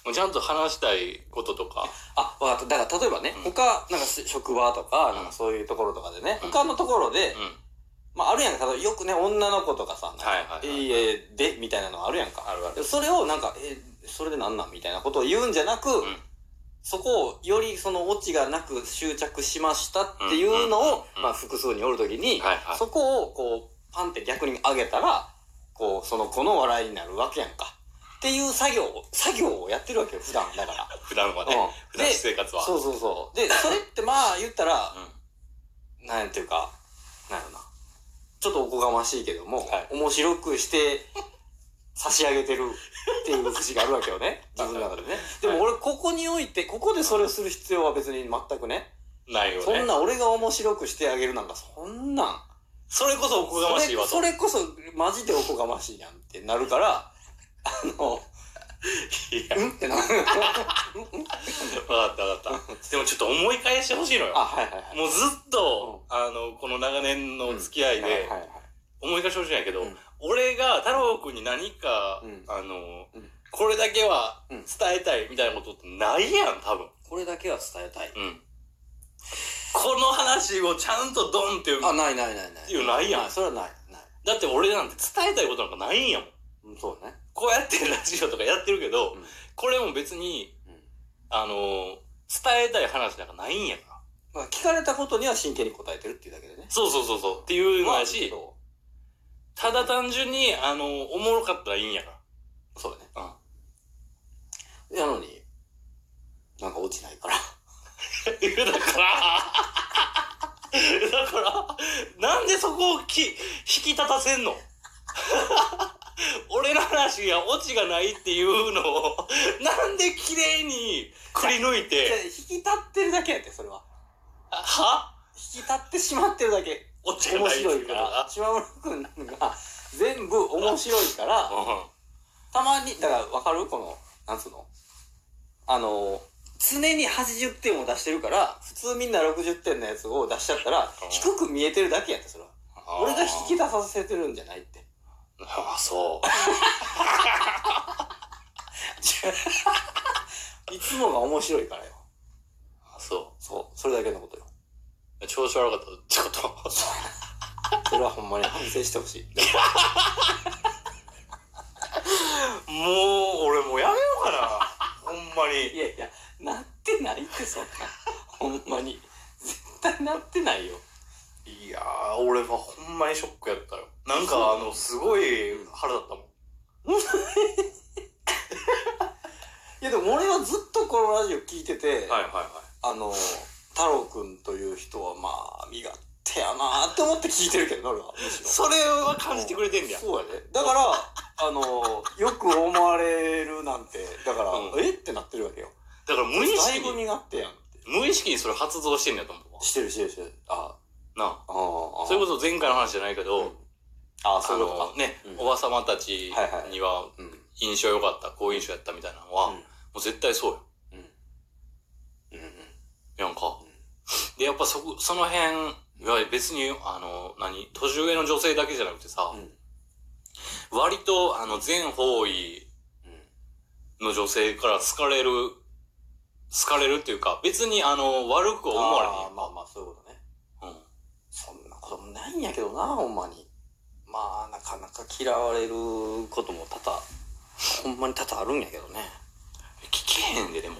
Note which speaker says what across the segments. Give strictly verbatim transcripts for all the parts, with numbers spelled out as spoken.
Speaker 1: ちゃんと話したいこととか。
Speaker 2: あ、わかった。だから例えばね、うん、他、なんか職場とか、なんかそういうところとかでね、うん、他のところで、うん、まああるやんか、例えばよくね、女の子とかさ、なんか、はいはいはいはい、えー、で、みたいなのがあるやんか。あるある。それをなんか、えー、それでなんなんみたいなことを言うんじゃなく、うん、そこをよりそのオチがなく執着しましたっていうのを、まあ複数におるときに、はいはい、そこをこう、パンって逆に上げたら、こう、その子の笑いになるわけやんか。っていう作業を、作業をやってるわけよ、普段だから。
Speaker 1: 普段はね。うん、普段生活は。
Speaker 2: そうそうそう。で、それってまあ言ったら、うん、なんていうか、なんやろな。ちょっとおこがましいけども、はい、面白くして差し上げてるっていう節があるわけよね。自分の中でね。でも俺、ここにおいて、ここでそれをする必要は別に全くね。
Speaker 1: ないよね。
Speaker 2: そんな俺が面白くしてあげるなんか、そんなん。
Speaker 1: それこそおこがましいわと。
Speaker 2: それ、それこそマジでおこがましいやんってなるから、あの、
Speaker 1: いや、
Speaker 2: うんってなる。わか
Speaker 1: ったわかった。でもちょっと思い返してほしいのよ。
Speaker 2: あ、はいはいはい。
Speaker 1: もうずっと、うん、あの、この長年の付き合いで、思い返してほしいんやけど、うん、俺が太郎くんに何か、うん、あの、うん、これだけは伝えたいみたいなことってないやん、多分。
Speaker 2: これだけは伝えたい。うん。
Speaker 1: この話をちゃんとドンっていう。
Speaker 2: あ、ないないないない。
Speaker 1: っていうないやん。
Speaker 2: それはない。ない。
Speaker 1: だって俺なんて伝えたいことなんかないんやもん。
Speaker 2: うん、そうね。
Speaker 1: こうやってラジオとかやってるけど、うん、これも別に、うん、あのー、伝えたい話なんかないんやから。
Speaker 2: まあ、聞かれたことには真剣に答えてるっていうだけでね。
Speaker 1: そうそうそうそう。っていうのやし、まあ、ただ単純に、あのー、おもろかったらいいんやから。
Speaker 2: そうだね。うん。やのに、なんか落ちないから。
Speaker 1: だから、だから、なんでそこをき引き立たせんの俺の話がオチがないっていうのを、なんで綺麗にくり抜いて。
Speaker 2: 引き立ってるだけやって、それは。
Speaker 1: は
Speaker 2: 引き立ってしまってるだけ。
Speaker 1: オチがないっていう
Speaker 2: 面白いから。島村くんが全部面白いから、たまに、だからわかるこの、なんつうのあの、常にはちじゅってんを出してるから、普通みんなろくじゅってんのやつを出しちゃったら、低く見えてるだけやって、それは。俺が引き出させてるんじゃないって。
Speaker 1: ああ、そう。
Speaker 2: いつもが面白いからよ。
Speaker 1: あ、そう。
Speaker 2: そう。それだけのことよ。
Speaker 1: 調子悪かったってこと
Speaker 2: それはほんまに反省してほしい。
Speaker 1: もう、俺もうやめようかな。ほんまに。
Speaker 2: いやいや、なってないってそんな。ほんまに。絶対なってないよ。
Speaker 1: いやー、俺はほんまにショックやったよ。なんかあの、すごい腹立ったもん。
Speaker 2: いやでも俺はずっとこのラジオ聞いてて、
Speaker 1: はいはいはい。
Speaker 2: あの、太郎くんという人はまあ、身勝手やなーって思って聞いてるけどな、俺は。むしろ。
Speaker 1: それは感じてくれてんだよ。
Speaker 2: そうやで。だから、あの、よく思われるなんて、だから、うん、えってなってるわけよ。
Speaker 1: だから無意識に。
Speaker 2: だいぶ身勝手やんって。
Speaker 1: 無意識にそれ発動してんだよと思うわ。
Speaker 2: してるしてるしてる。あ
Speaker 1: あ。なあ。ああ。それこそ前回の話じゃないけど、うん、ああ、そういうことか。ね、うん、おばさまたちには、印象良かった、好印象やったみたいなのは、うん、もう絶対そうよ。うん。うんうん。やんか。うん、で、やっぱそこ、その辺が別に、あの、何年上の女性だけじゃなくてさ、うん、割と、あの、全方位の女性から好かれる、好かれるっていうか、別にあの、悪く思われへん。
Speaker 2: ああ、まあまあ、そういうことね。うん。そんなこともないんやけどな、ほんまに。まあ、なかなか嫌われることも多々、ほんまに多々あるんやけどね。
Speaker 1: 聞けへんで、でも。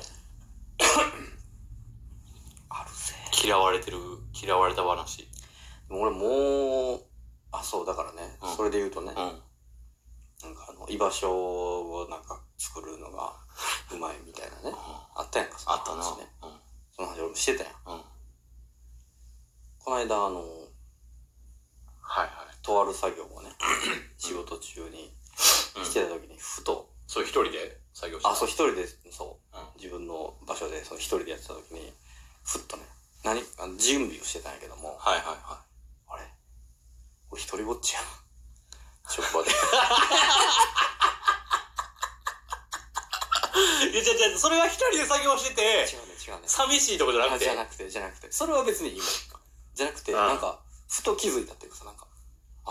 Speaker 2: あるぜ。
Speaker 1: 嫌われてる、嫌われた話。
Speaker 2: でも俺もう、あ、そう、だからね、うん、それで言うとね、うん、なんかあの、居場所をなんか作るのがうまいみたいなね、うん、あったやんか、
Speaker 1: その話ね。あったな。
Speaker 2: うん、その話俺もしてたやん。うん、この間、あの、
Speaker 1: はいはい。
Speaker 2: とある作業をね、仕事中にしてた時に、ふと、
Speaker 1: うん、そう、一人で作業してた。
Speaker 2: あ、そう、一人で、そう、うん、自分の場所で、その一人でやってた時に、ふっとね、何、あの準備をしてたんやけども、
Speaker 1: はいはいはい。
Speaker 2: あれ俺一人ぼっちやん。職場で。
Speaker 1: いや、じゃじゃそれは一人で作業してて、
Speaker 2: 違うね、違うね。
Speaker 1: 寂しいとこじゃなくて。
Speaker 2: じゃなくて、じゃなくて。それは別にいいもん。じゃなくて、なんか、ふと気づいたっていうかさ、なんか、あ、うん、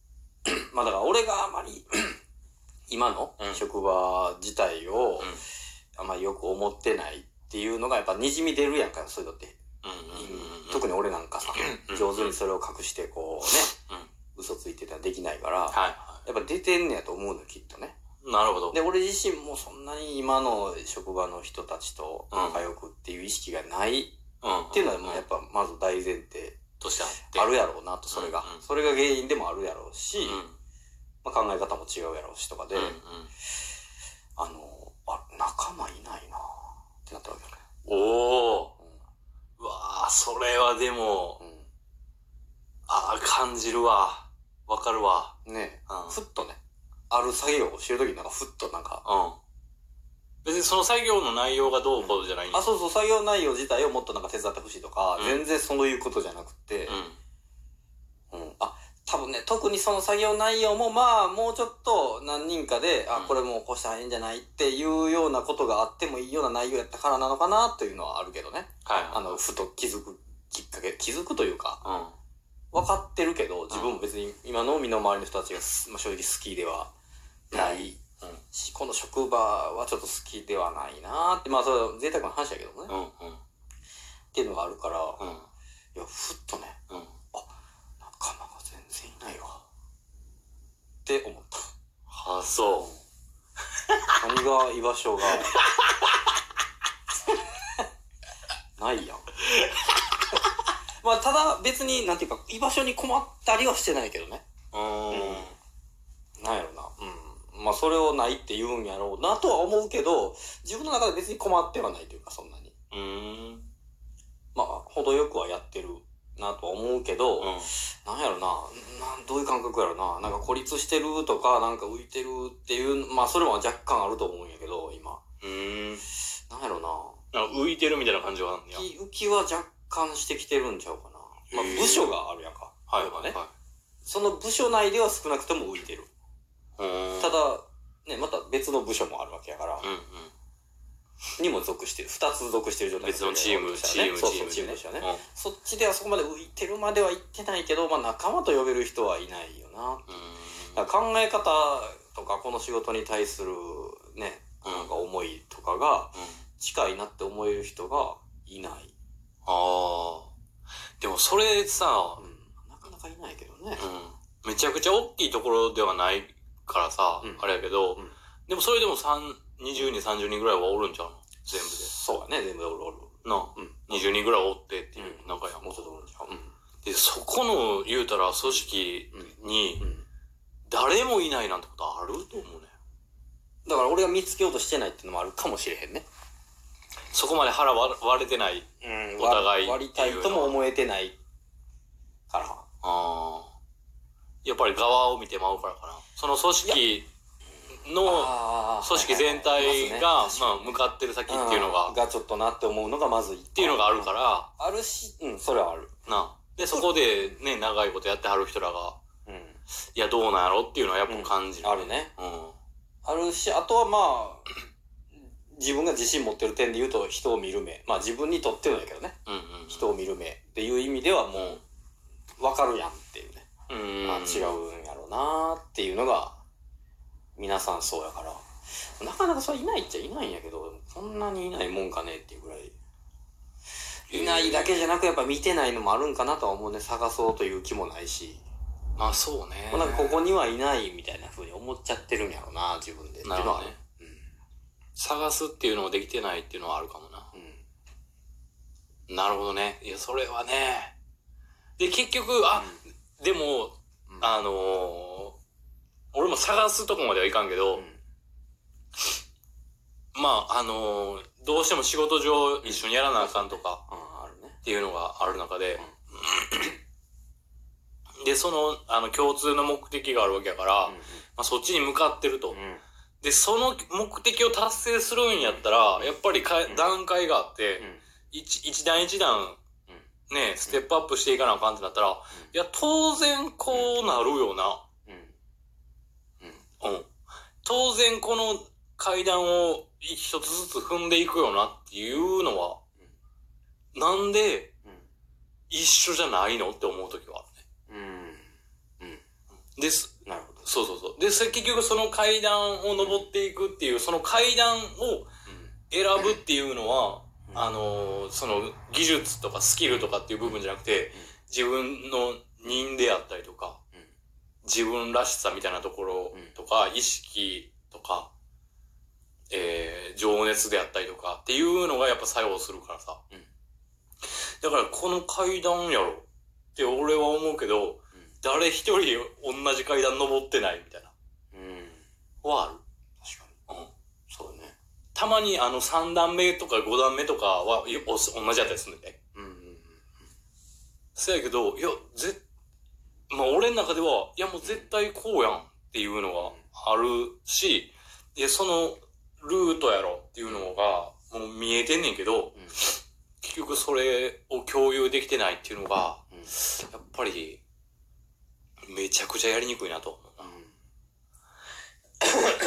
Speaker 2: まあだから俺があまり、今の職場自体を、うん、 あんまりよく思ってないっていうのがやっぱ滲み出るやんか、そういうのって。特に俺なんかさ、上手にそれを隠してこうね、嘘ついてたらできないから、やっぱ出てんねやと思うの、きっとね。
Speaker 1: なるほど。
Speaker 2: で、俺自身もそんなに今の職場の人たちと仲良くっていう意識がないっていうのはもうやっぱまず大前提
Speaker 1: としてあって。
Speaker 2: あるやろうなと、それが。それが原因でもあるやろうし、まあ、考え方も違うやろうしとかで、あの、あ、仲間いないなってなったわけよね。
Speaker 1: おー。うわー、それはでも、ああ、感じるわ。わかるわ。
Speaker 2: ねえ、ふっとね。ある作業をしてるときになんかふっとなんか。
Speaker 1: うん。別にその作業の内容がどうこうじゃないん、
Speaker 2: うん、あ、そうそう、作業内容自体をもっとなんか手伝ってほしいとか、うん、全然そういうことじゃなくて、うん。うん。あ、多分ね、特にその作業内容もまあ、もうちょっと何人かで、うん、あ、これもうこうしたらいいんじゃないっていうようなことがあってもいいような内容やったからなのかなというのはあるけどね。はい。あの、ふと気づくきっかけ、気づくというか、うん。分かってるけど、自分も別に今の身の回りの人たちが、まあ、正直好きでは、ない、うん、し、この職場はちょっと好きではないなーって、まあそれは贅沢な話だけどね、うんうん、っていうのがあるから、うん、いやふっとね、うん、あ、仲間が全然いないわって思った。
Speaker 1: はあ、そう。
Speaker 2: 何が居場所がないやん。まあただ別になんていうか居場所に困ったりはしてないけどね。うん、なんやろな、うん。まあそれをないって言うんやろうなとは思うけど、自分の中で別に困ってはないというか、そんなに。うーん。まあ、程よくはやってるなとは思うけど、うん、なんやろな、なんどういう感覚やろな、なんか孤立してるとか、なんか浮いてるっていう、まあそれも若干あると思うんやけど、今。うーん。なんやろな。
Speaker 1: なんか浮いてるみたいな感じはあるんや。
Speaker 2: 浮きは若干してきてるんちゃうかな。まあ部署があるやんか。はいはい、ね。はい。その部署内では少なくとも浮いてる。ただ、ね、また別の部署もあるわけやから、うんうん、にも属してる。二つ属してる状態、
Speaker 1: ね、別のチーム、チーム、
Speaker 2: そうそう、チームでしたね、うん。そっちではそこまで浮いてるまでは行ってないけど、まあ仲間と呼べる人はいないよな。だから考え方とか、この仕事に対するね、なんか思いとかが、近いなって思える人がいない。
Speaker 1: ああ。でもそれさ、
Speaker 2: うん、なかなかいないけどね。
Speaker 1: うん、めちゃくちゃ大きいところではないからさ、うん、あれやけど、うん、でもそれでもにじゅうにん、さんじゅうにんぐらいはおるんちゃうの全部で。
Speaker 2: そうやね、全部でおるおる。
Speaker 1: なあ、うん、にじゅうにんぐらいおってっていう、なんかやん。
Speaker 2: もうちょっとおるんちゃう。うん、
Speaker 1: で、そこの、言うたら組織に、誰もいないなんてことあると思うね。
Speaker 2: だから俺が見つけようとしてないっていうのもあるかもしれへんね。
Speaker 1: そこまで腹割れてない。うん、お互い。
Speaker 2: 割りたいとも思えてないから。あ
Speaker 1: あ。やっぱり側を見てまうからかな。その組織の、組織全体が、まあ、向かってる先っていうのが。
Speaker 2: がちょっとなって思うのがまずい。
Speaker 1: っていうのがあるから。
Speaker 2: あるし、うん、それはある。
Speaker 1: な。で、そこでね、長いことやってはる人らが、うん。いや、どうなんやろっていうのはやっぱ感じる。
Speaker 2: あるね。うん。あるし、あとはまあ、自分が自信持ってる点で言うと人を見る目。まあ自分にとってのやけどね。うんうんうん、人を見る目っていう意味ではもう、わかるやんっていうね。うん。まあ違うんやろうなーっていうのが、皆さんそうやから。なかなかそれいないっちゃいないんやけど、そんなにいないもんかねっていうぐらい。いないだけじゃなくやっぱ見てないのもあるんかなとは思うね。探そうという気もないし。
Speaker 1: まあそうね。
Speaker 2: なんかここにはいないみたいな風に思っちゃってるんやろうな、自分で。
Speaker 1: なるほどね。探すっていうのもできてないっていうのはあるかもな。うん。なるほどね。いや、それはね。で、結局、あ、うん、でも、うん、あのー、俺も探すとこまではいかんけど、うん、まあ、あのー、どうしても仕事上一緒にやらなあかんとか、っていうのがある中で、うん、で、その、あの、共通の目的があるわけやから、うんうん、まあ、そっちに向かってると。うん、で、その目的を達成するんやったら、やっぱりか、うん、段階があって、うん、一, 一段一段、うん、ね、ステップアップしていかなあかんってなったら、うん、いや、当然こうなるよな。うん。うん。当然この階段を一つずつ踏んでいくよなっていうのは、うん、なんで、一緒じゃないのって思うときはあるね。うん。うん。です。なるほど。そうそうそう。で、結局その階段を登っていくっていう、その階段を、 選ぶっていうのは、うん、あの、その技術とかスキルとかっていう部分じゃなくて、うん、自分の人であったりとか、うん、自分らしさみたいなところとか、うん、意識とか、えー、情熱であったりとかっていうのがやっぱ作用するからさ。うん、だからこの階段やろって俺は思うけど、うん、誰一人同じ階段登ってないみたいな。うん。はある。
Speaker 2: 確かに。うん。そうね。
Speaker 1: たまにあのさん段目とかご段目とかは同じやったりするんだよね。うんうんうん。そうやけど、いや、ぜ、まあ俺の中では、いやもう絶対こうやんっていうのがあるし、で、そのルートやろっていうのがもう見えてんねんけど、うん、結局それを共有できてないっていうのが、うん、やっぱりめちゃくちゃやりにくいなと思うな。